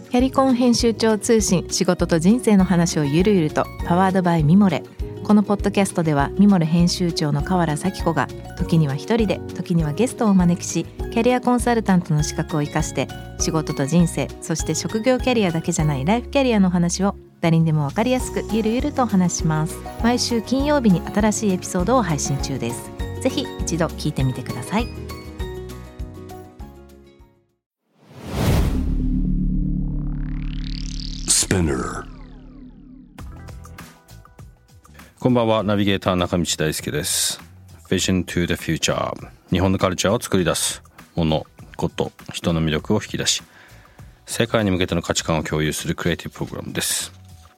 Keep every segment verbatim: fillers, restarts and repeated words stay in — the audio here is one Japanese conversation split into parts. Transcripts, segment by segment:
キャリコン編集長通信、仕事と人生の話をゆるゆると、パワードバイミモレ。このポッドキャストではミモレ編集長の河原咲子が時には一人で、時にはゲストをお招きし、キャリアコンサルタントの資格を生かして仕事と人生、そして職業キャリアだけじゃないライフキャリアの話を誰にでも分かりやすくゆるゆるとお話します。毎週金曜日に新しいエピソードを配信中です。ぜひ一度聞いてみてください。 こんばんは、ナビゲーター中道大輔です。 Vision to the Future、 日本のカルチャーを作り出すもの、こと、人の魅力を引き出し、世界に向けての価値観を共有するクリエイティブプログラムです。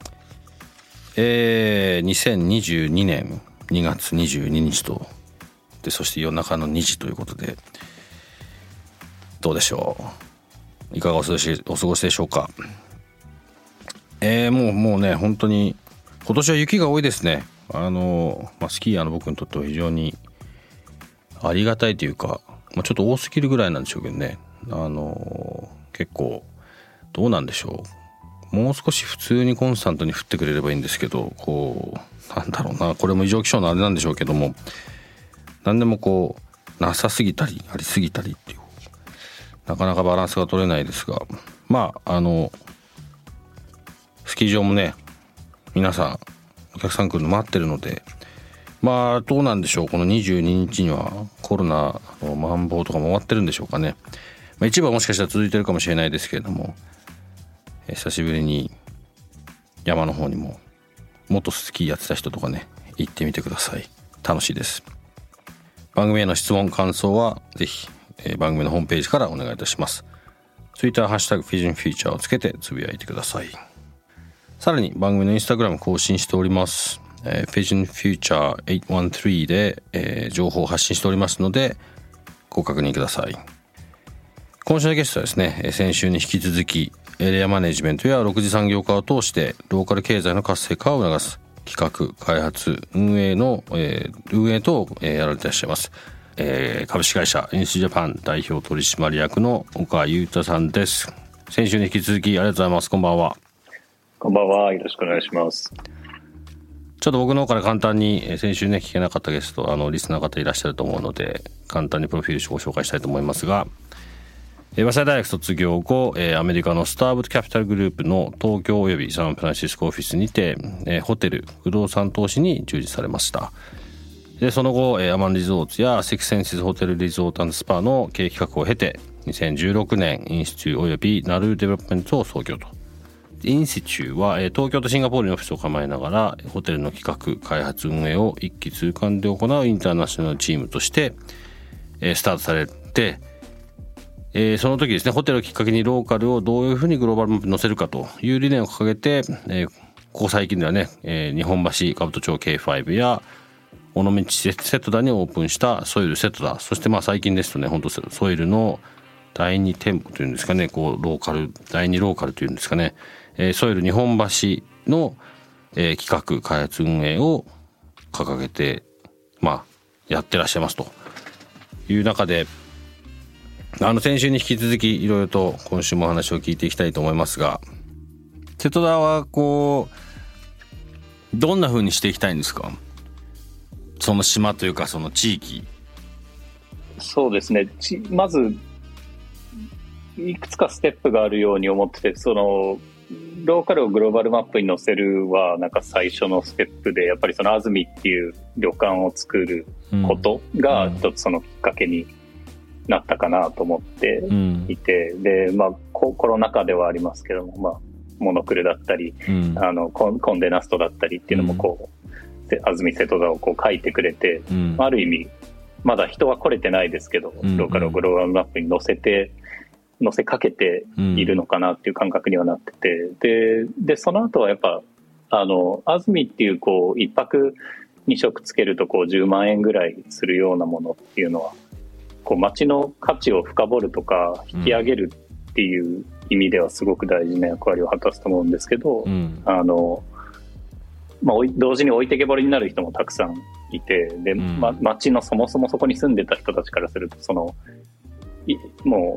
えー、にせんにじゅうにねんにがつにじゅうににちとで、そして夜中のにじということで、どうでしょう、いかがお過ごし、お過ごしでしょうか。えー、もうもうね、本当に今年は雪が多いですね。あの、まあ、スキーヤーの僕にとっては非常にありがたいというか、まあ、ちょっと多すぎるぐらいなんでしょうけどね。あの結構どうなんでしょう、もう少し普通にコンスタントに降ってくれればいいんですけど、こうなんだろうな、これも異常気象のあれなんでしょうけども、何でもこうなさすぎたりありすぎたりっていう、なかなかバランスが取れないですが、まああのスキー場もね、皆さんお客さん来るの待ってるので、まあどうなんでしょう、このにじゅうににちにはコロナのまん防とかも終わってるんでしょうかね。まあ、一部はもしかしたら続いてるかもしれないですけれども、え久しぶりに山の方にも元スキーやってた人とかね、行ってみてください。楽しいです。番組への質問感想はぜひ、えー、番組のホームページからお願いいたします。ツイッターハッシュタグフィジョンフューチャーをつけてつぶやいてください。さらに番組のインスタグラム更新しております。えー、Vision Future はちいちさんで、えー、情報を発信しておりますのでご確認ください。今週のゲストはですね、先週に引き続きエリアマネジメントやろく次産業化を通してローカル経済の活性化を促す企画開発運営の、えー、運営等を、えー、やられていらっしゃいます、えー、株式会社インスジャパン代表取締役の岡裕太さんです。先週に引き続きありがとうございます。こんばんは。 こんばんは、よろしくお願いします。 ちょっと僕の方から簡単に、先週ね聞けなかったゲスト、あのリスナー方いらっしゃると思うので簡単にプロフィールご紹介したいと思いますが、早稲田大学卒業後、アメリカのスターブッドキャピタルグループの東京およびサンフランシスコオフィスにて、ホテル不動産投資に従事されました。でその後アマンリゾーツやセクセンシズホテルリゾート&スパの経営企画を経て、にせんじゅうろくねんインスチューおよびナルデベロップメントを創業と。インシチューは東京とシンガポールにオフィスを構えながらホテルの企画開発運営を一気通貫で行うインターナショナルチームとしてスタートされて、その時ですね、ホテルをきっかけにローカルをどういうふうにグローバルマップに載せるかという理念を掲げて、ここ最近ではね、日本橋兜町 ケーファイブ や尾道セットダにオープンしたソイルセットダ、そしてまあ最近ですとね、本当ソイルのだいに店舗というんですかね、こうローカルだいにローカルというんですかね、えー、ソイル日本橋の、えー、企画開発運営を掲げて、まあやってらっしゃいますという中で、あの先週に引き続きいろいろと今週もお話を聞いていきたいと思いますが、瀬戸田はこうどんな風にしていきたいんですか、その島というかその地域。 そうですね、まずいくつかステップがあるように思ってて、そのローカルをグローバルマップに載せるはなんか最初のステップで、やっぱりその安住っていう旅館を作ることが一つそのきっかけになったかなと思っていて、うん、で、まあコロナ禍ではありますけども、まあモノクルだったり、うん、あのコン、コンデナストだったりっていうのもこう、うん、安住瀬戸田をこう書いてくれて、うん、ある意味まだ人は来れてないですけど、うん、ローカルをグローバルマップに載せて載せかけているのかなっていう感覚にはなってて、うん、で, でその後はやっぱあの安住っていうこう一泊二食つけるとこうじゅうまんえんぐらいするようなものっていうのはこう街の価値を深掘るとか引き上げるっていう意味ではすごく大事な役割を果たすと思うんですけど、うん、あのまあ、同時に置いてけぼりになる人もたくさんいて、で、うんま、街のそもそもそこに住んでた人たちからするとそのもう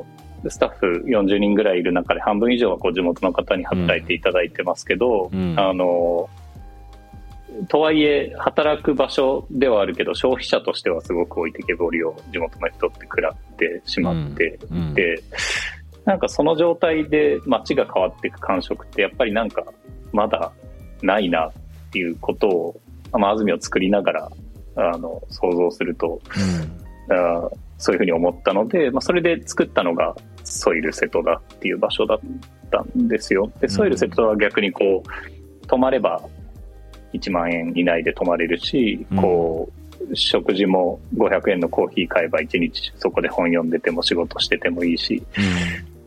スタッフよんじゅうにんぐらいいる中で半分以上はこう地元の方に働いていただいてますけど、うん、あのとはいえ働く場所ではあるけど消費者としてはすごく置いてけぼりを地元の人って食らってしまっていて、うんうん、なんかその状態で街が変わっていく感触ってやっぱりなんかまだないなっていうことを、まあ、安住を作りながらあの想像すると、うん、あそういうふうに思ったので、まあ、それで作ったのがソイル瀬戸田っていう場所だったんですよ。でソイル瀬戸田は逆にこう泊まればいちまんえん以内で泊まれるし、うん、こう食事もごひゃくえんのコーヒー買えばいちにちそこで本読んでても仕事しててもいいし、うん、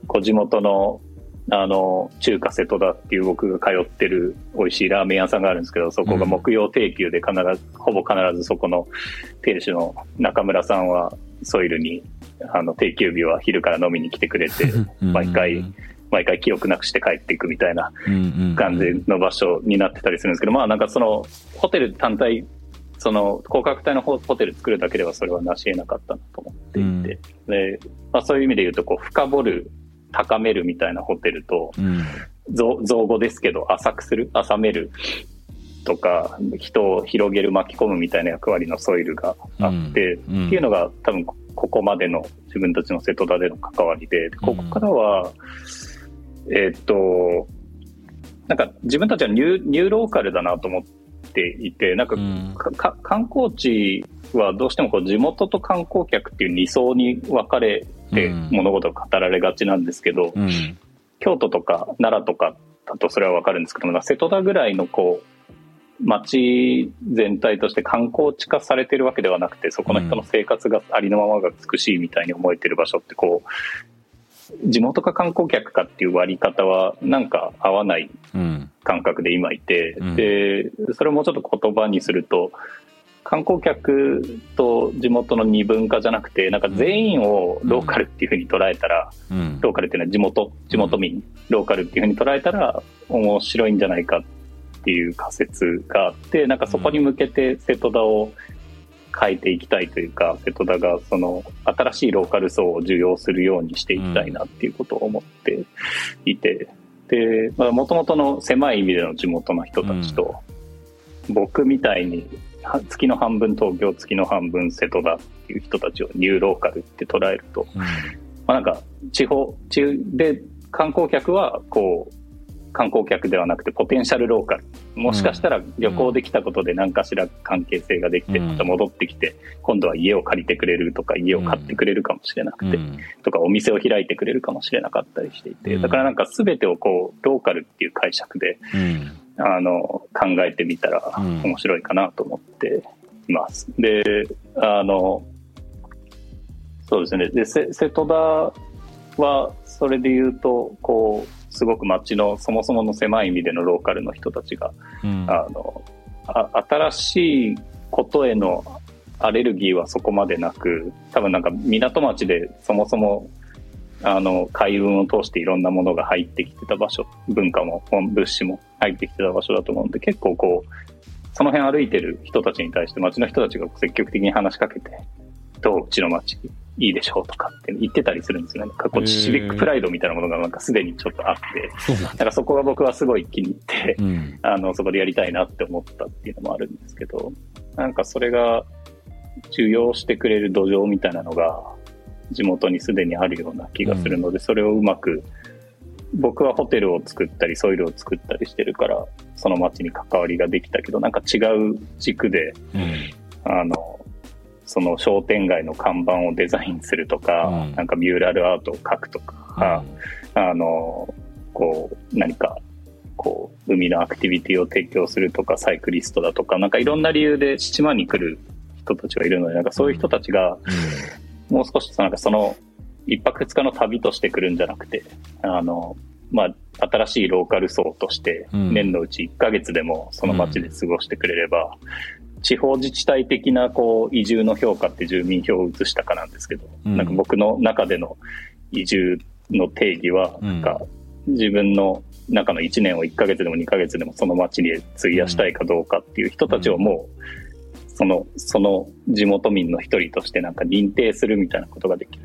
こう地元のあの中華瀬戸田っていう僕が通ってる美味しいラーメン屋さんがあるんですけど、そこが木曜定休で必ず、うん、ほぼ必ずそこの店主の中村さんはソイルにあの定休日は昼から飲みに来てくれて毎回毎回記憶なくして帰っていくみたいな感じの場所になってたりするんですけど、まあなんかそのホテル単体その高価格帯のホテル作るだけではそれは成し得なかったなと思っていて、うん、で、まあ、そういう意味で言うとこう深掘る高めるみたいなホテルと、うん、造語ですけど浅くする浅めるとか人を広げる巻き込むみたいな役割のソイルがあって、うんうん、っていうのが多分ここまでの自分たちの瀬戸田での関わりで、ここからは、うん、えー、っとなんか自分たちはニュー、ニューローカルだなと思っていて、なんか、うん、か観光地はどうしてもこう地元と観光客っていう二層に分かれて物事を語られがちなんですけど、うん、京都とか奈良とかだとそれは分かるんですけども、瀬戸田ぐらいのこう街全体として観光地化されてるわけではなくて、そこの人の生活がありのままが美しいみたいに思えてる場所ってこう地元か観光客かっていう割り方はなんか合わない感覚で今いて、うん、でそれをもうちょっと言葉にすると観光客と地元の二分化じゃなくて、なんか全員をローカルっていう風に捉えたら、うん、ローカルっていうのは地元地元民、うん、ローカルっていう風に捉えたら面白いんじゃないかっていう仮説があって、なんかそこに向けて瀬戸田を変えていきたいというか、瀬戸田がその新しいローカル層を受容するようにしていきたいなっていうことを思っていて、で、まあ、元々の狭い意味での地元の人たちと、うん、僕みたいに月の半分東京月の半分瀬戸田っていう人たちをニューローカルって捉えると、うん、まあ、なんか地方地で観光客はこう観光客ではなくてポテンシャルローカル、もしかしたら旅行できたことで何かしら関係性ができてまた戻ってきて今度は家を借りてくれるとか家を買ってくれるかもしれなくてとかお店を開いてくれるかもしれなかったりしていて、だからなんか全てをこうローカルっていう解釈であの考えてみたら面白いかなと思っています。で、あのそうですね、で瀬戸田はそれで言うとこうすごく街のそもそもの狭い意味でのローカルの人たちが、うん、あのあ新しいことへのアレルギーはそこまでなく、多分なんか港町でそもそもあの海運を通していろんなものが入ってきてた場所、文化も物資も入ってきてた場所だと思うんで、結構こうその辺歩いてる人たちに対して街の人たちが積極的に話しかけて、どううちの街いいでしょうとかって言ってたりするんですよね。なんかこうシビックプライドみたいなものがなんかすでにちょっとあって、そうなんだからそこが僕はすごい気に入って、うん、あのそこでやりたいなって思ったっていうのもあるんですけど、なんかそれが受容してくれる土壌みたいなのが地元にすでにあるような気がするので、うん、それをうまく僕はホテルを作ったりソイルを作ったりしてるからその街に関わりができたけど、なんか違う軸で、うん、あのその商店街の看板をデザインするとか、うん、なんかミューラルアートを描くとか、うん、あのこう何かこう海のアクティビティを提供するとか、サイクリストだとか、なんかいろんな理由で島に来る人たちがいるので、なんかそういう人たちがもう少しなんかその一泊二日の旅として来るんじゃなくて、あのまあ新しいローカル層として年のうちいっかげつでもその街で過ごしてくれれば、うん、地方自治体的なこう移住の評価って住民票を移したかなんですけど、うん、なんか僕の中での移住の定義はなんか自分の中のいちねんをいっかげつでもにかげつでもその街に費やしたいかどうかっていう人たちをもうそのその地元民の一人としてなんか認定するみたいなことができると、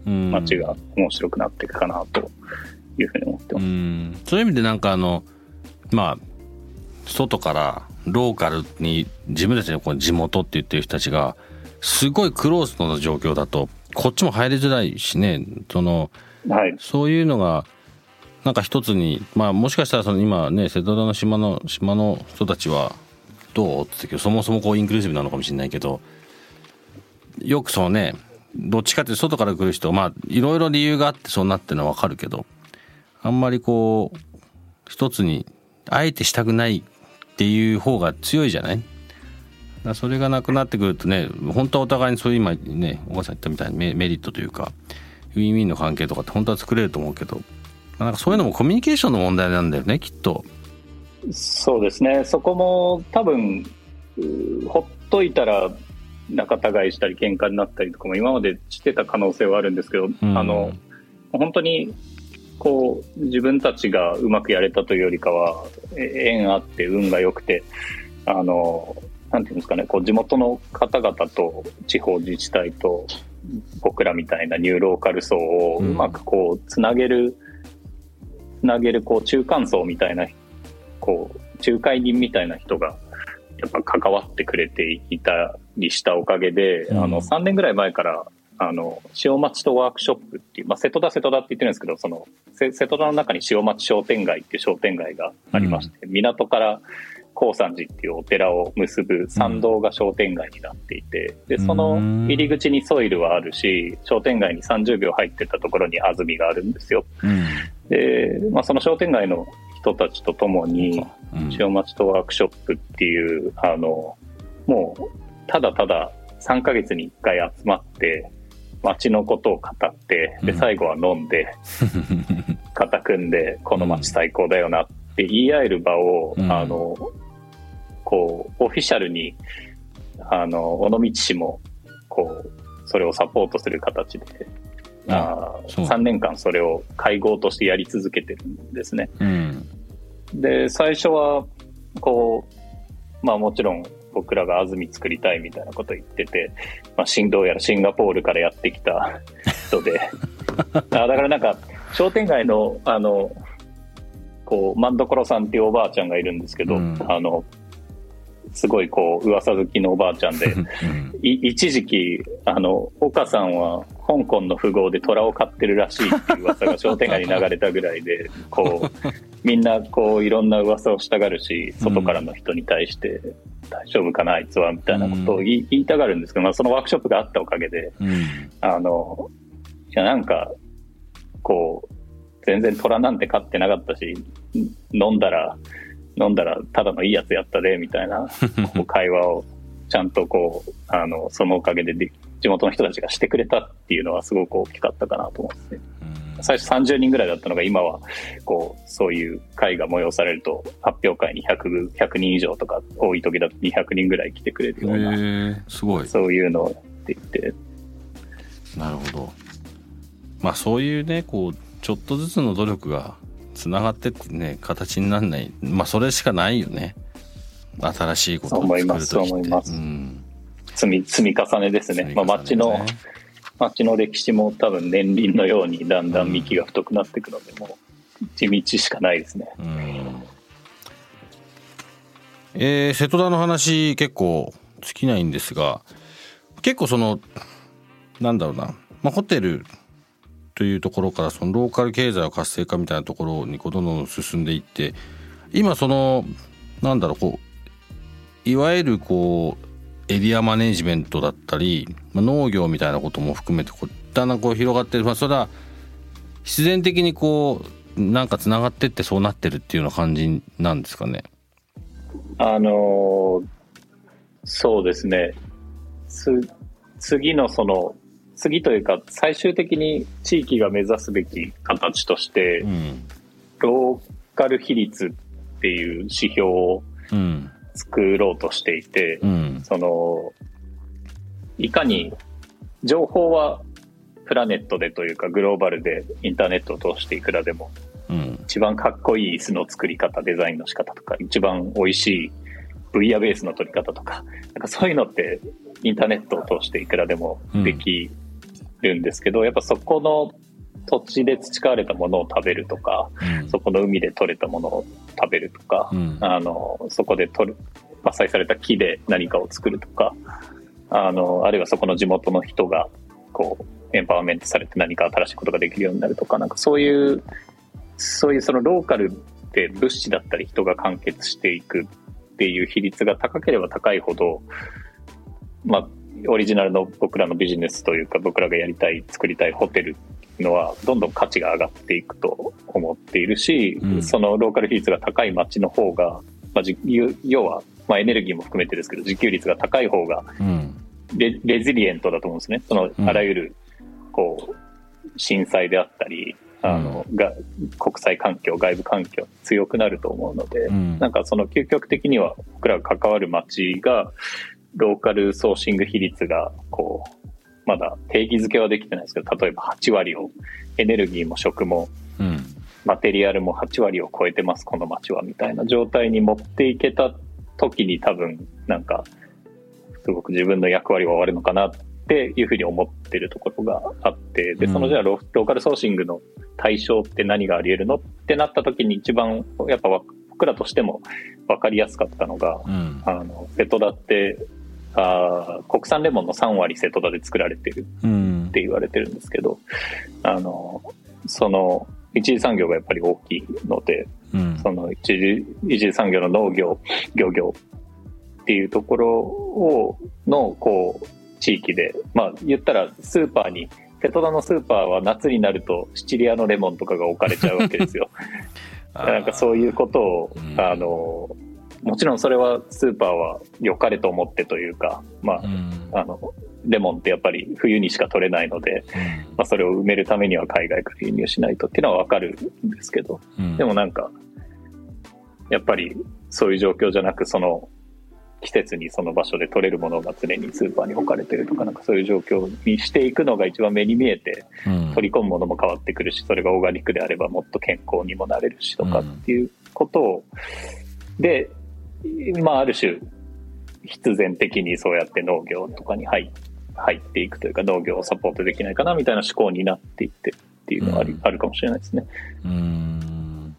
街が面白くなっていくかなというふうに思ってます。 うん、そういう意味でなんかあのまあ外からローカルに自分たちのこの地元って言ってる人たちがすごいクローズドな状況だとこっちも入りづらいしね、その、はい、そういうのがなんか一つに、まあもしかしたらその今ね瀬戸田の島の島の人たちはどうって言ってけど、そもそもこうインクルーシブなのかもしれないけど、よくそのねどっちかっていうと外から来る人、まあいろいろ理由があってそうなってるのは分かるけど、あんまりこう一つにあえてしたくないっていう方が強いじゃない。だそれがなくなってくるとね、本当はお互いにそういう今ねお母さん言ったみたいに メ, メリットというかウィンウィンの関係とかって本当は作れると思うけど、なんかそういうのもコミュニケーションの問題なんだよねきっと。 そうですね、そこも多分ほっといたら仲違いしたり喧嘩になったりとかも今までしてた可能性はあるんですけど、うん、あの本当にこう自分たちがうまくやれたというよりかは縁あって運が良くて、あのなんていうんですかね、こう地元の方々と地方自治体と僕らみたいなニューローカル層をうまくこうつなげる、つなげるこう中間層みたいな、こう仲介人みたいな人がやっぱ関わってくれていたりしたおかげで、うん、あのさんねんぐらい前からあの塩町とワークショップっていう、まあ、瀬戸田瀬戸田って言ってるんですけど、その瀬戸田の中に塩町商店街っていう商店街がありまして、うん、港から高山寺っていうお寺を結ぶ参道が商店街になっていて、でその入り口にソイルはあるし、商店街にさんじゅうびょう入ってたところに安住があるんですよ、うん、で、まあ、その商店街の人たちとともに、うん、塩町とワークショップっていうあのもうただたださんかげつにいっかい集まって町のことを語って、で最後は飲んで、うん、肩組んでこの町最高だよなって言い合える場を、うん、あのこうオフィシャルにあの尾道市もこうそれをサポートする形で、うん、あさんねんかんそれを会合としてやり続けてるんですね、うん、で最初はこうまあもちろん僕らが安住作りたいみたいなこと言ってて、まあ、どうやらシンガポールからやってきた人でだからなんか商店街のあのこう万所さんっていうおばあちゃんがいるんですけど、うん、あのすごいこう噂好きのおばあちゃんで、うん、一時期あの岡さんは香港の富豪で虎を飼ってるらしいっていう噂が商店街に流れたぐらいでこうみんなこういろんな噂をしたがるし、外からの人に対して大丈夫かなあいつはみたいなことを言い、うん、言いたがるんですけど、まあ、そのワークショップがあったおかげで、うん、あのいやなんかこう全然虎なんて飼ってなかったし、飲んだら飲んだらただのいいやつやったでみたいなこう会話をちゃんとこうあのそのおかげでで地元の人たちがしてくれたっていうのはすごく大きかったかなと思って、最初さんじゅうにんぐらいだったのが今はこうそういう会が催されると発表会に ひゃく, ひゃくにん以上とか、多い時だとにひゃくにんぐらい来てくれるような、えー、すごいそういうのをやっていて。 なるほど。まあそういうねこうちょっとずつの努力がつながってってね形にならない、まあそれしかないよね、新しいことを作るときって。 そう思います、そう思います、うん、積み、積み重ねですね。ね、まあ、町の町の歴史も多分年輪のようにだんだん幹が太くなっていくので、うん、もう地道しかないですね、うん。 えー、瀬戸田の話結構尽きないんですが、結構そのなんだろうな、まあ、ホテルというところからそのローカル経済を活性化みたいなところにこうどんどん進んでいって、今そのなんだろうこういわゆるこうエリアマネジメントだったり、まあ、農業みたいなことも含めてこうだんだんこう広がってる、まあ、それは必然的にこうなんかつながってってそうなってるっていうような感じなんですかね。 あのそうですね、つ次のその次というか最終的に地域が目指すべき形として、うん、ローカル比率っていう指標を作ろうとしていて、うん、そのいかに情報はプラネットでというかグローバルでインターネットを通していくらでも、うん、一番かっこいい椅子の作り方、デザインの仕方とか、一番美味しいブイヤベースの取り方とか、なんかそういうのってインターネットを通していくらでもできるんですけど、やっぱそこの土地で培われたものを食べるとか、うん、そこの海で採れたものを食べるとか、うん、あのそこで取る伐採された木で何かを作るとか、あのあるいはそこの地元の人がこうエンパワーメントされて何か新しいことができるようになるとか、なんかそういうそういうそのローカルで物資だったり人が完結していくっていう比率が高ければ高いほど、まあオリジナルの僕らのビジネスというか、僕らがやりたい作りたいホテルっていうのはどんどん価値が上がっていくと思っているし、うん、そのローカル比率が高い街の方が、まあ、要は、まあ、エネルギーも含めてですけど自給率が高い方が レ,、うん、レジリエントだと思うんですね。そのあらゆるこう震災であったり、あのが国際環境外部環境強くなると思うので、うん、なんかその究極的には僕らが関わる街がローカルソーシング比率がこうまだ定義づけはできてないですけど、例えばはち割をエネルギーも食も、うん、マテリアルもはち割を超えてますこの街はみたいな状態に持っていけた時に、多分なんかすごく自分の役割は終わるのかなっていうふうに思ってるところがあって、でそのじゃあ ロ, ローカルソーシングの対象って何があり得るのってなった時に一番やっぱ僕らとしても分かりやすかったのが、うん、あの瀬戸田ってあ国産レモンのさん割瀬戸田で作られてるって言われてるんですけど、うん、あのその一次産業がやっぱり大きいので、うん、その一次、一次産業の農業漁業っていうところをのこう地域で、まあ言ったらスーパーに瀬戸田のスーパーは夏になるとシチリアのレモンとかが置かれちゃうわけですよなんかそういうことを、うん、あのもちろんそれはスーパーは良かれと思ってというか、まあ、うん、あのレモンってやっぱり冬にしか取れないので、うんまあ、それを埋めるためには海外から輸入しないとっていうのは分かるんですけど、うん、でもなんかやっぱりそういう状況じゃなく、その季節にその場所で取れるものが常にスーパーに置かれてるとか、なんかそういう状況にしていくのが一番目に見えて、うん、取り込むものも変わってくるし、それがオーガニックであればもっと健康にもなれるしとかっていうことを、うん、でまあある種必然的にそうやって農業とかに入っていくというか、農業をサポートできないかなみたいな思考になっていってっていうのはあり、うん、あるかもしれないですね。うーん、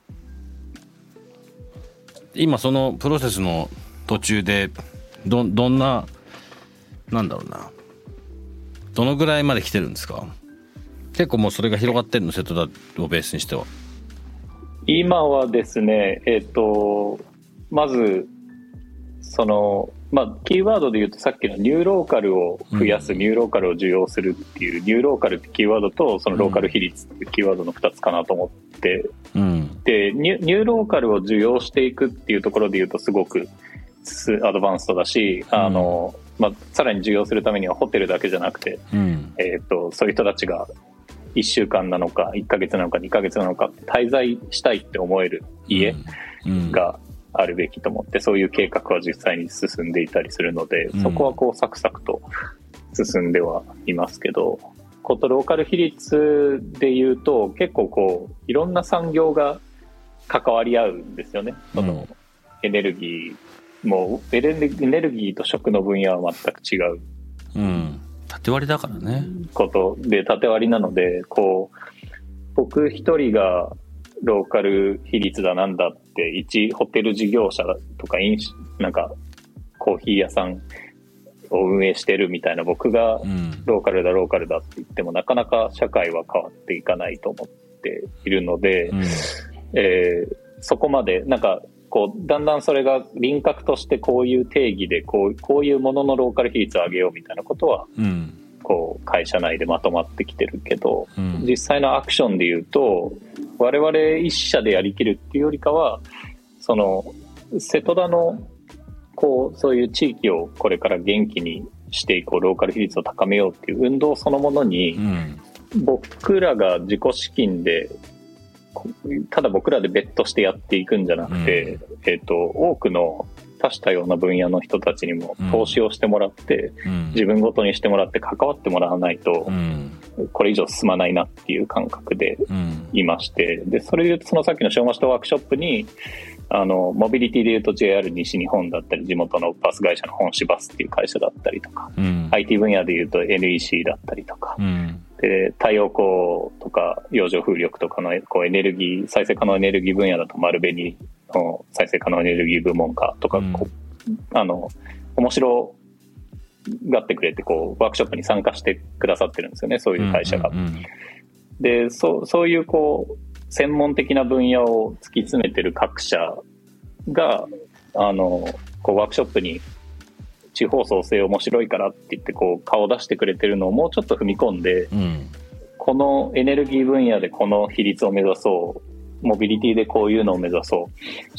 今そのプロセスの途中で ど, どんななんだろうなどのぐらいまで来てるんですか？結構もうそれが広がってるの、瀬戸田をベースにしては。 今はですね、えっとまずその、まあ、キーワードで言うとさっきのニューローカルを増やす、うん、ニューローカルを需要するっていうニューローカルってキーワードとそのローカル比率っていうキーワードのふたつかなと思って、うん、でニュ、ニューローカルを需要していくっていうところで言うとすごくアドバンストだし、うんあのまあ、さらに需要するためにはホテルだけじゃなくて、うんえー、とそういう人たちがいっしゅうかんなのかいっかげつなのかにかげつなのか滞在したいって思える家があるべきと思って、そういう計画は実際に進んでいたりするので、そこはこうサクサクと進んではいますけど、ことローカル比率で言うと結構こういろんな産業が関わり合うんですよね。そのエネルギーもエネルギーと食の分野は全く違う、 うん、縦割りだからねことで、縦割りなのでこう僕一人がローカル比率だなんだって一ホテル事業者とかインなんかコーヒー屋さんを運営してるみたいな僕がローカルだローカルだって言ってもなかなか社会は変わっていかないと思っているので、うんえー、そこまでなんかこうだんだんそれが輪郭としてこういう定義でこう、こういうもののローカル比率を上げようみたいなことは、うんこう会社内でまとまってきてるけど、うん、実際のアクションで言うと我々一社でやりきるっていうよりかはその瀬戸田のこうそういう地域をこれから元気にしていこうローカル比率を高めようっていう運動そのものに、うん、僕らが自己資金でただ僕らでベットしてやっていくんじゃなくて、うんえーと、多くの多種多様な分野の人たちにも投資をしてもらって、うん、自分ごとにしてもらって関わってもらわないと、うん、これ以上進まないなっていう感覚でいまして、うん、でそれで言うとそのさっきのショーマシトワークショップにあのモビリティで言うと ジェイアール 西日本だったり地元のバス会社の本市バスっていう会社だったりとか、うん、アイティー 分野で言うと エヌイーシー だったりとか、うんで太陽光とか洋上風力とかのこうエネルギー再生可能エネルギー分野だと丸紅の再生可能エネルギー部門課とか、うん、こうあの面白がってくれてこうワークショップに参加してくださってるんですよね、そういう会社が、うんうんうん、で そ, そういうこう専門的な分野を突き詰めてる各社があのこうワークショップに地方創生面白いからって言ってこう顔を出してくれてるのをもうちょっと踏み込んで、うん、このエネルギー分野でこの比率を目指そう、モビリティでこういうのを目指そう、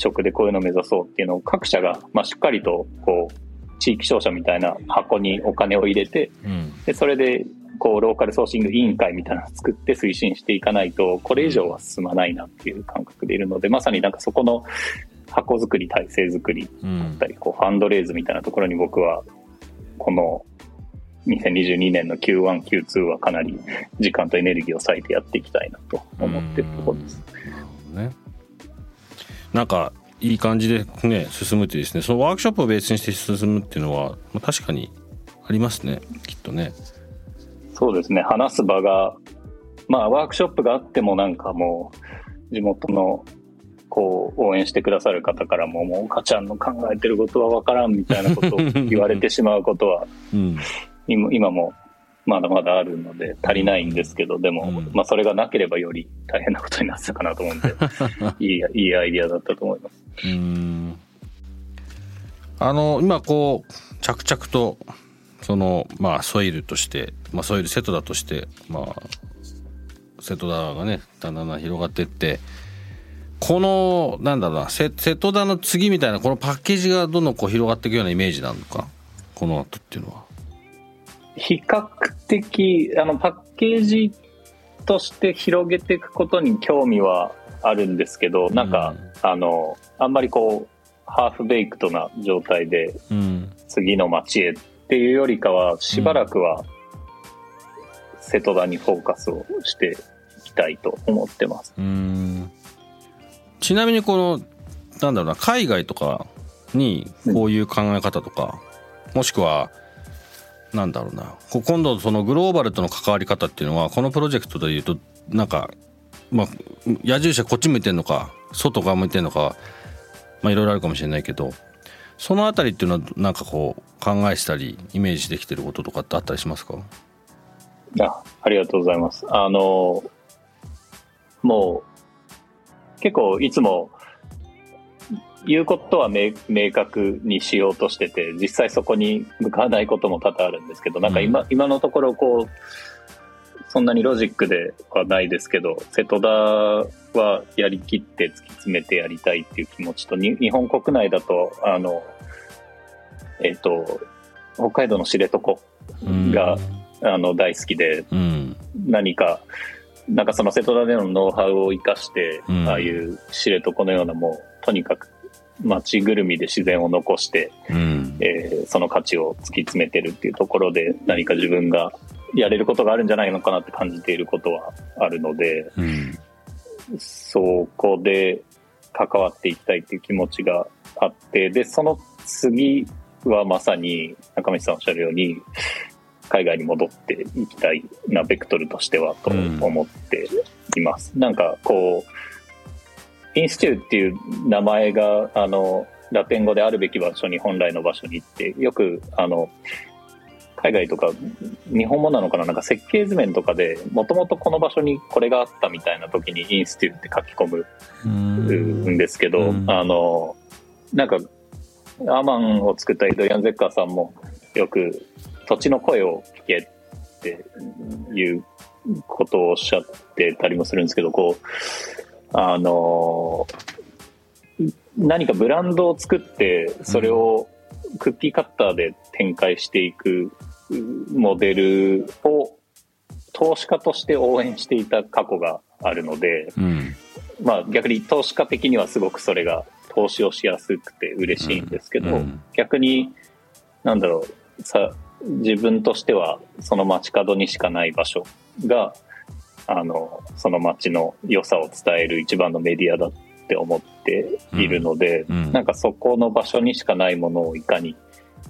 食でこういうのを目指そうっていうのを各社が、まあ、しっかりとこう地域商社みたいな箱にお金を入れて、うん、でそれでこうローカルソーシング委員会みたいなのを作って推進していかないとこれ以上は進まないなっていう感覚でいるので、まさになんかそこの箱作り体制作りだったり、こうファンドレイズみたいなところに僕はこのにせんにじゅうにねんの キューワン、キューツー はかなり時間とエネルギーを割いてやっていきたいなと思っているところです。 なるほどね。なんかいい感じでね進むってですね、そのワークショップをベースにして進むっていうのは、まあ、確かにありますね、きっとね。 そうですね、話す場がまあワークショップがあってもなんかもう地元のこう応援してくださる方からももう岡ちゃんの考えてることは分からんみたいなことを言われてしまうことは、うん、今, 今もまだまだあるので足りないんですけど、でも、うん、まあ、それがなければより大変なことになってたかなと思うんでいい、いいアイディアだったと思います。 うーん、あの今こう着々とそのまあソイルとして、まあ、ソイルセトダとして、まあ、セトダがねだんだん広がっていって、このなんだろうな、セトダの次みたいなこのパッケージがどんどんこう広がっていくようなイメージなのか、この後っていうのは。 比較的あのパッケージとして広げていくことに興味はあるんですけど、なんか、うん、あのあんまりこうハーフベイクトな状態で次の街へっていうよりかはしばらくはセトダにフォーカスをしていきたいと思ってます。 うーん、ちなみにこのなんだろうな、海外とかにこういう考え方とか、うん、もしくはなんだろうな、今度そのグローバルとの関わり方っていうのはこのプロジェクトでいうとなんか、まあ、矢印はこっち向いてるのか外側向いてるのか、まあいろいろあるかもしれないけど、そのあたりっていうのはなんかこう考えしたりイメージできてることとかってあったりしますか？ あ、ありがとうございます。あのもう結構いつも言うことは 明, 明確にしようとしてて、実際そこに向かわないことも多々あるんですけど、なんか 今,、うん、今のところこうそんなにロジックではないですけど、セトダはやりきって突き詰めてやりたいっていう気持ちと、に日本国内だとあの、えっと、北海道の知床が、うん、あの大好きで、うん、何かなんかそのセトダでのノウハウを生かして、うん、ああいう知床のようなもうとにかく街ぐるみで自然を残して、うんえー、その価値を突き詰めてるっていうところで何か自分がやれることがあるんじゃないのかなって感じていることはあるので、うん、そこで関わっていきたいっていう気持ちがあって、でその次はまさに中道さんおっしゃるように海外に戻っていきたいなベクトルとしてはと思っています、うん、なんかこうインスティューっていう名前があのラテン語であるべき場所に本来の場所に行って、よくあの海外とか日本もなのかな、なんか設計図面とかでもともとこの場所にこれがあったみたいな時にインスティューって書き込むんですけど、あのなんかアマンを作ったエドリアン・ゼッカーさんもよく土地の声を聞けっていうことをおっしゃってたりもするんですけど、こうあの何かブランドを作ってそれをクッキーカッターで展開していくモデルを投資家として応援していた過去があるので、うん、まあ逆に投資家的にはすごくそれが投資をしやすくて嬉しいんですけど、うんうん、逆になんだろうさ、自分としてはその街角にしかない場所があのその街の良さを伝える一番のメディアだって思っているので、うんうん、なんかそこの場所にしかないものをいかに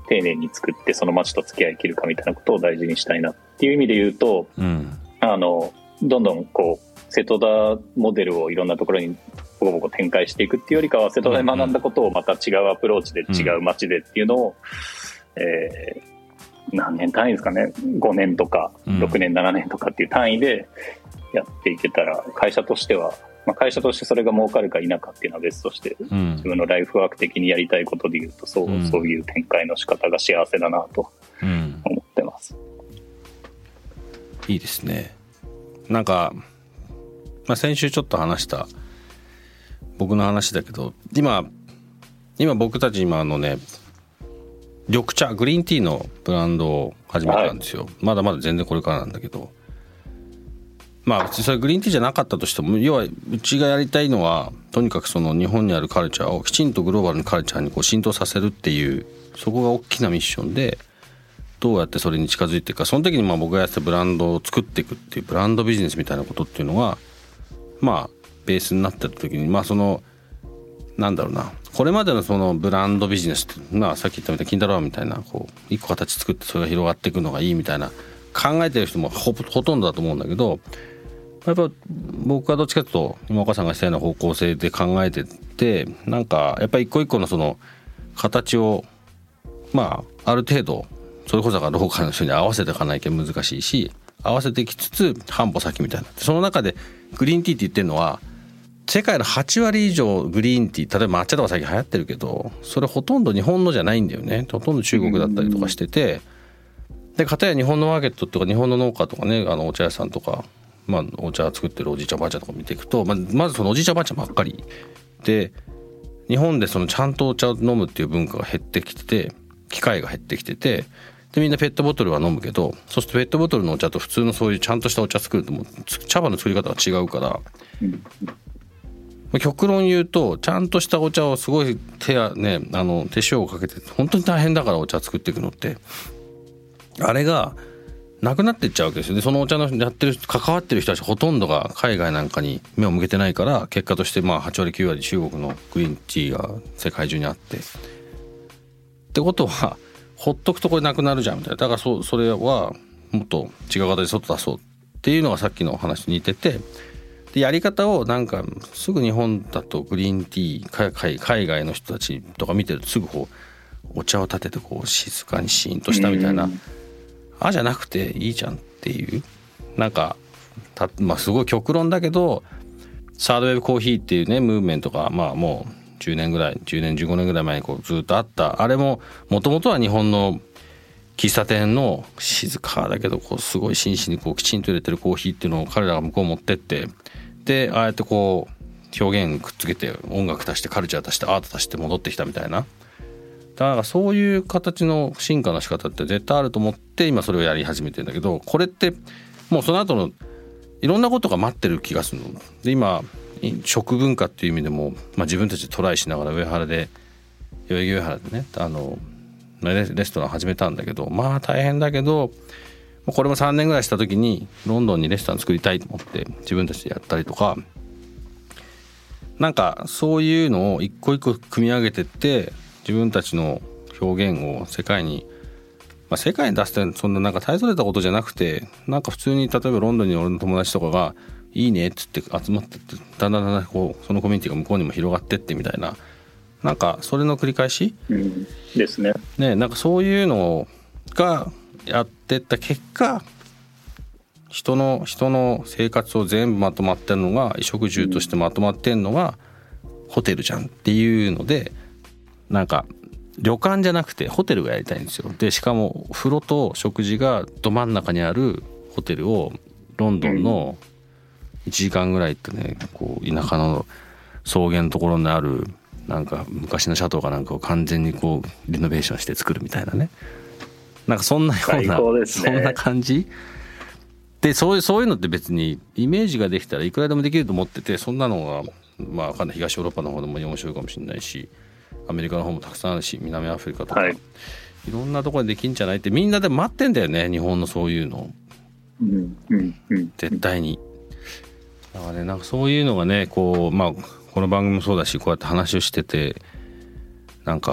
丁寧に作ってその街と付き合い切るかみたいなことを大事にしたいなっていう意味で言うと、 うん、 あのどんどんこう瀬戸田モデルをいろんなところにボコボコ展開していくっていうよりかは、瀬戸田で学んだことをまた違うアプローチで違う街でっていうのを、うんえー、何年単位ですかね、ごねんとかろくねんななねんとかっていう単位でやっていけたら、会社としては、まあ、会社としてそれが儲かるか否かっていうのは別として、うん、自分のライフワーク的にやりたいことで言うとそう、うん、そういう展開の仕方が幸せだなと思ってます、 うん、いいですね。なんか、まあ、先週ちょっと話した僕の話だけど、今今僕たち今あのね緑茶グリーンティーのブランドを始めたんですよ、はい、まだまだ全然これからなんだけど、まあそれグリーンティーじゃなかったとしても、要はうちがやりたいのはとにかくその日本にあるカルチャーをきちんとグローバルなカルチャーにこう浸透させるっていう、そこが大きなミッションで、どうやってそれに近づいていくか、その時にまあ僕がやってたブランドを作っていくっていうブランドビジネスみたいなことっていうのがまあベースになってた時に、まあそのなんだろうな、これまでのそのブランドビジネスって、まあさっき言ったみたいな金太郎みたいなこう一個形作ってそれが広がっていくのがいいみたいな考えてる人も ほ, ほとんどだと思うんだけど、やっぱ僕はどっちかというと今岡さんがしたような方向性で考えてて、なんかやっぱり一個一個のその形をまあある程度それこそがローカルの人に合わせていかないと難しいし、合わせていきつつ半歩先みたいな、その中でグリーンティーって言ってるのは世界のはちわり以上グリーンティー、例えば抹茶とか最近流行ってるけど、それほとんど日本のじゃないんだよね。ほとんど中国だったりとかしてて、で片や日本のマーケットとか日本の農家とかね、あのお茶屋さんとか、まあ、お茶作ってるおじいちゃんおばあちゃんとか見ていくと、まあ、まずそのおじいちゃんおばあちゃんばっかりで、日本でそのちゃんとお茶を飲むっていう文化が減ってきてて、機会が減ってきてて、でみんなペットボトルは飲むけど、そうするとペットボトルのお茶と普通のそういうちゃんとしたお茶作るともう茶葉の作り方が違うから、うん極論言うとちゃんとしたお茶をすごい手やね、あの手塩をかけて本当に大変だからお茶作っていくのって、あれがなくなっていっちゃうわけですよ。でそのお茶のやってる関わってる人たちほとんどが海外なんかに目を向けてないから、結果としてまあはちわりきゅうわり中国のグリーンティーが世界中にあって、ってことはほっとくとこれなくなるじゃんみたいな。だから そ, それはもっと違う形で外出そうっていうのがさっきの話に似てて、でやり方をなんかすぐ日本だとグリーンティー 海, 海外の人たちとか見てるとすぐこうお茶を立ててこう静かにシーンとしたみたいな、あじゃなくていいじゃんっていう、なんかた、まあ、すごい極論だけどサードウェブコーヒーっていうねムーブメントがまあもうじゅうねんぐらいじゅうねんじゅうごねんぐらい前にこうずっとあった。あれももともとは日本の喫茶店の静かだけどこうすごい真摯にこうきちんと入れてるコーヒーっていうのを彼らが向こう持ってって、でああやってこう表現くっつけて音楽足してカルチャー足してアート足して戻ってきたみたいな、だからそういう形の進化の仕方って絶対あると思って今それをやり始めてるんだけど、これってもうその後のいろんなことが待ってる気がするので、今食文化っていう意味でも、まあ、自分たちでトライしながら上原で代々木上原でねあのレストラン始めたんだけど、まあ大変だけどこれもさんねんぐらいした時にロンドンにレストラン作りたいと思って自分たちでやったりとか、なんかそういうのを一個一個組み上げてって自分たちの表現を世界に、まあ、世界に出すってそんななんか大それたことじゃなくて、なんか普通に例えばロンドンに俺の友達とかがいいねっつって集まってってだんだんだんだんこうそのコミュニティが向こうにも広がってってみたいな、なんかそれの繰り返し、 うん、ですね。 ね、なんかそういうのがやってった結果、人の人の生活を全部まとまってるのが衣食住としてまとまってるのがホテルじゃんっていうので、なんか旅館じゃなくてホテルがやりたいんですよ。でしかも風呂と食事がど真ん中にあるホテルをロンドンのいちじかんぐらいってね、こう田舎の草原のところにあるなんか昔のシャトーかなんかを完全にこうリノベーションして作るみたいなね、なんかそんなような、ね、そんな感じで、そういう、そういうのって別にイメージができたらいくらでもできると思ってて、そんなのがまあかなり東ヨーロッパの方でも面白いかもしれないし、アメリカの方もたくさんあるし、南アフリカとか、はい、いろんなところでできんじゃないってみんなで待ってんだよね、日本のそういうの、 うんうんうん、 絶対に。だからね、なんかそういうのがね、こうまあこの番組もそうだし、こうやって話をしててなんか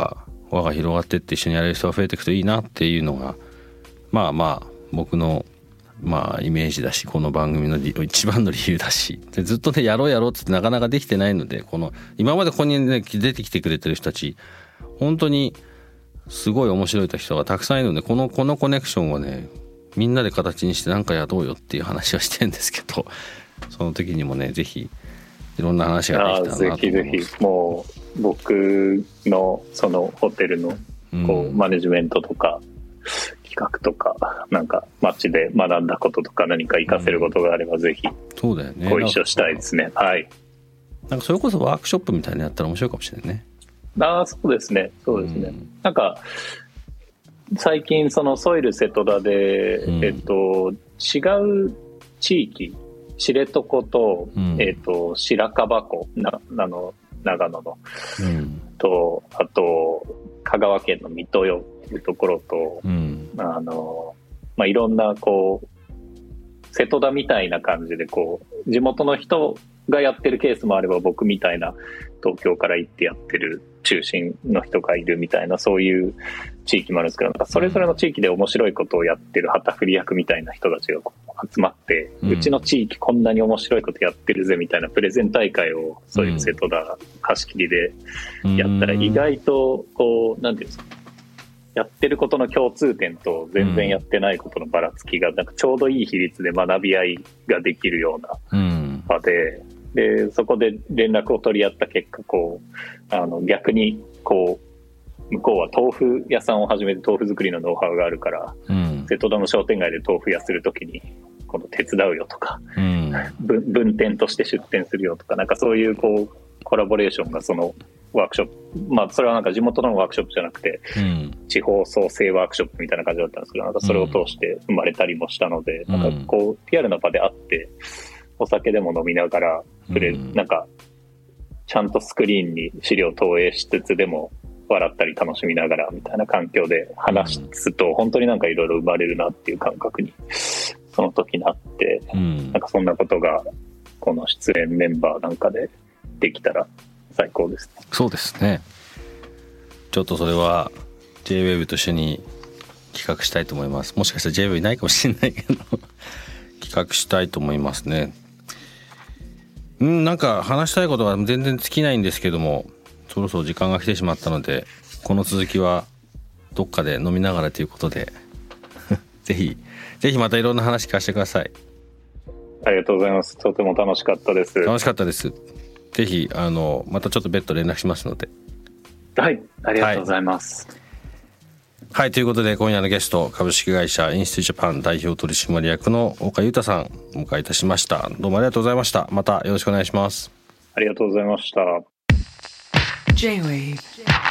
輪が広がってって一緒にやれる人が増えていくといいなっていうのがまあまあ僕のまあイメージだし、この番組の一番の理由だし、でずっとねやろうやろうってなかなかできてないので、この今までここにね出てきてくれてる人たち本当にすごい面白い人がたくさんいるので、このこのコネクションをねみんなで形にして何かやろうよっていう話はしてるんですけど、その時にもねぜひいろんな話ができたらなと思います。 ぜひぜひ、もう僕のそのホテルのこう、うん、マネジメントとか企画とかなんか街で学んだこととか何か活かせることがあれば、うん、ぜひそうだよね、 ご一緒したいですね。はい。 なんかそれこそワークショップみたいなのやったら面白いかもしれないね。 ああ、そうですね、そうですね。うん、なんか最近そのソイル瀬戸田で、うん、えっと違う地域、知床と、うん、えっと白樺湖なあの長野の、うん、とあと香川県の三豊っていうところと、うん、あのまあいろんなこう瀬戸田みたいな感じでこう地元の人がやってるケースもあれば、僕みたいな東京から行ってやってる中心の人がいるみたいな、そういう地域もあるんですけど、なんかそれぞれの地域で面白いことをやってる旗振り役みたいな人たちが集まって、うん、うちの地域こんなに面白いことやってるぜみたいなプレゼン大会をそういう瀬戸田貸し切りでやったら、意外とこうなんていうんですか、やってることの共通点と全然やってないことのばらつきがなんかちょうどいい比率で学び合いができるような場で、でそこで連絡を取り合った結果、こうあの逆にこう向こうは豆腐屋さんを始めて豆腐作りのノウハウがあるから、うん、瀬戸田の商店街で豆腐屋するときにこの手伝うよとか、うん、分店として出店するよとか、なんかそういうこうコラボレーションがそのワークショップ、まあそれはなんか地元のワークショップじゃなくて、うん、地方創生ワークショップみたいな感じだったんですけど、なんかそれを通して生まれたりもしたので、うん、なんかこうリアルな場で会ってお酒でも飲みながらプレ、うん、なんかちゃんとスクリーンに資料投影しつつでも笑ったり楽しみながらみたいな環境で話すと、本当になんかいろいろ生まれるなっていう感覚にその時なって、うん、なんかそんなことがこの出演メンバーなんかでできたら最高ですね。 そうですね。ちょっとそれは ジェイウェーブ と一緒に企画したいと思います。もしかしたら ジェイウェーブ いないかもしれないけど企画したいと思いますね。うん、なんか話したいことは全然尽きないんですけども、そろそろ時間が来てしまったので、この続きはどっかで飲みながらということでぜひぜひまたいろんな話聞かせてください。 ありがとうございます。とても楽しかったです。 楽しかったです。ぜひあのまたちょっと別途連絡しますので。 はい、ありがとうございます。 はい、はい、ということで今夜のゲスト、株式会社インスティジャパン代表取締役の岡裕太さんお迎えいたしました。どうもありがとうございました。またよろしくお願いします。 ありがとうございました。 J-ウェーブ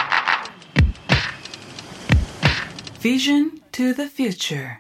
Vision to the Future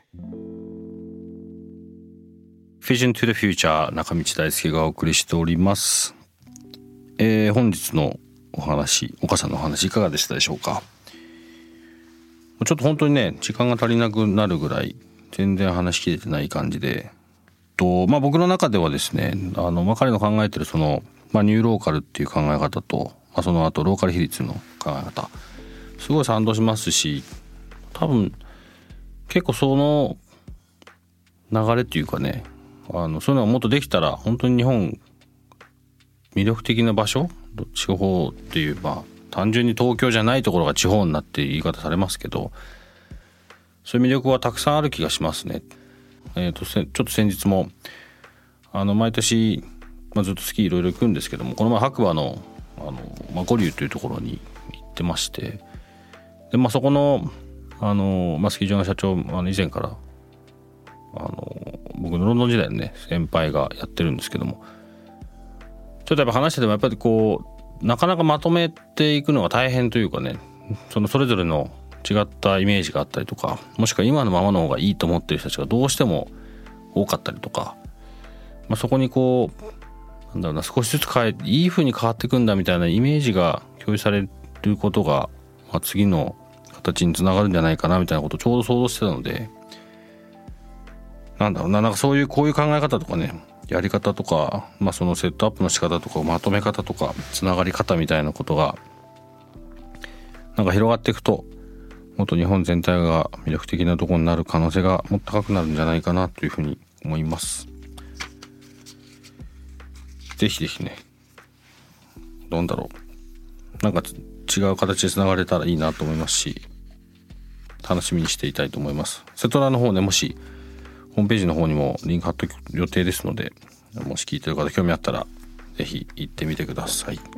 Vision to the Future 中道大輔がお送りしております。えー、本日のお話、岡さんのお話いかがでしたでしょうか。ちょっと本当にね時間が足りなくなるぐらい全然話しきれてない感じで、と、まあ、僕の中ではですね、あの、まあ、彼の考えてるその、まあ、ニューローカルっていう考え方と、まあ、その後ローカル比率の考え方すごい賛同しますし、多分結構その流れっていうかね、あのそういうのがもっとできたら本当に日本魅力的な場所、地方っていう、まあ単純に東京じゃないところが地方になって言い方されますけど、そういう魅力はたくさんある気がしますね。えーと、ちょっと先日もあの毎年、まあ、ずっとスキーいろいろ行くんですけども、この前白馬のあの、まあ、五竜というところに行ってまして、で、まあ、そこの、あの、まあ、スキー場の社長、あの以前からあの僕のロンドン時代のね先輩がやってるんですけども、ちょっとやっぱ話しててもやっぱりこうなかなかまとめていくのが大変というかね、そのそれぞれの違ったイメージがあったりとか、もしくは今のままの方がいいと思ってる人たちがどうしても多かったりとか、まあ、そこにこうなんだろうな、少しずつ変えいい風に変わっていくんだみたいなイメージが共有されることが、まあ、次の形につながるんじゃないかなみたいなことをちょうど想像してたので、なんだろうな、なんかそういうこういう考え方とかね、やり方とか、まあ、そのセットアップの仕方とかまとめ方とかつながり方みたいなことがなんか広がっていくともっと日本全体が魅力的なところになる可能性がもっと高くなるんじゃないかなというふうに思います。ぜひぜひね、どんだろう、なんか違う形でつながれたらいいなと思いますし、楽しみにしていたいと思います。セトラの方ね、もしホームページの方にもリンク貼っておく予定ですので、もし聞いてる方興味あったらぜひ行ってみてください。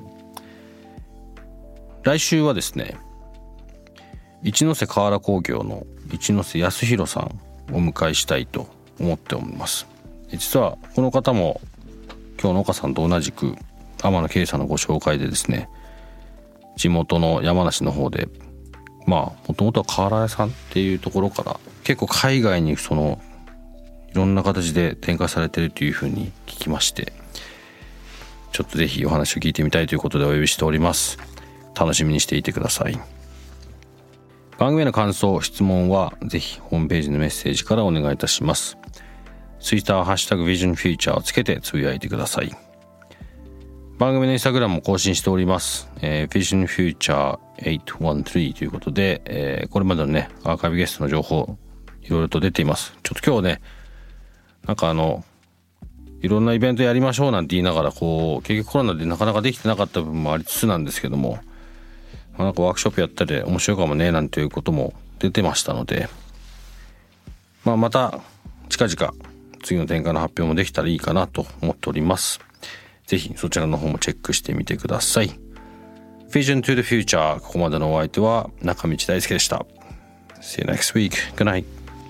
来週はですね、一ノ瀬河原工業の一ノ瀬康弘さんをお迎えしたいと思っております。実はこの方も今日の岡さんと同じく天野圭さんのご紹介でですね、地元の山梨の方で、まあもともとは瓦屋さんっていうところから結構海外にそのいろんな形で展開されているというふうに聞きまして、ちょっとぜひお話を聞いてみたいということでお呼びしております。楽しみにしていてください。番組への感想質問はぜひホームページのメッセージからお願いいたします。ツイッターはハッシュタグビジョンフューチャーをつけてつぶやいてください。番組のインスタグラムも更新しております。えー、Vision Future はちいちさんということで、えー、これまでのねアーカイブゲストの情報いろいろと出ています。ちょっと今日ね、なんかあのいろんなイベントやりましょうなんて言いながら、こう結局コロナでなかなかできてなかった部分もありつつなんですけども、なんかワークショップやったり面白いかもねなんていうことも出てましたので、まあ、また近々次の展開の発表もできたらいいかなと思っております。ぜひそちらの方もチェックしてみてください。 Vision to the Future、 ここまでのお相手は中道大輔でした。 See you next week. Good night.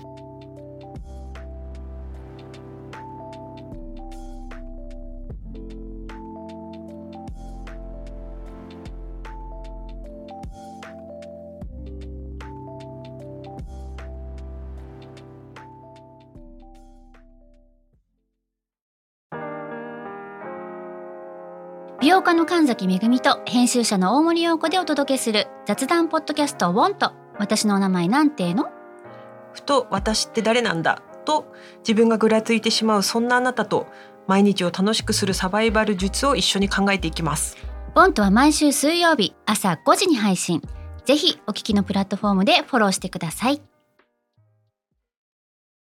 美容家の神崎めぐみと編集者の大森洋子でお届けする雑談ポッドキャストウォンと、私のお名前なんての？ ふと私って誰なんだと自分がぐらついてしまう、そんなあなたと毎日を楽しくするサバイバル術を一緒に考えていきます。 ウォンとは毎週水曜日朝ごじに配信。ぜひお聞きのプラットフォームでフォローしてください。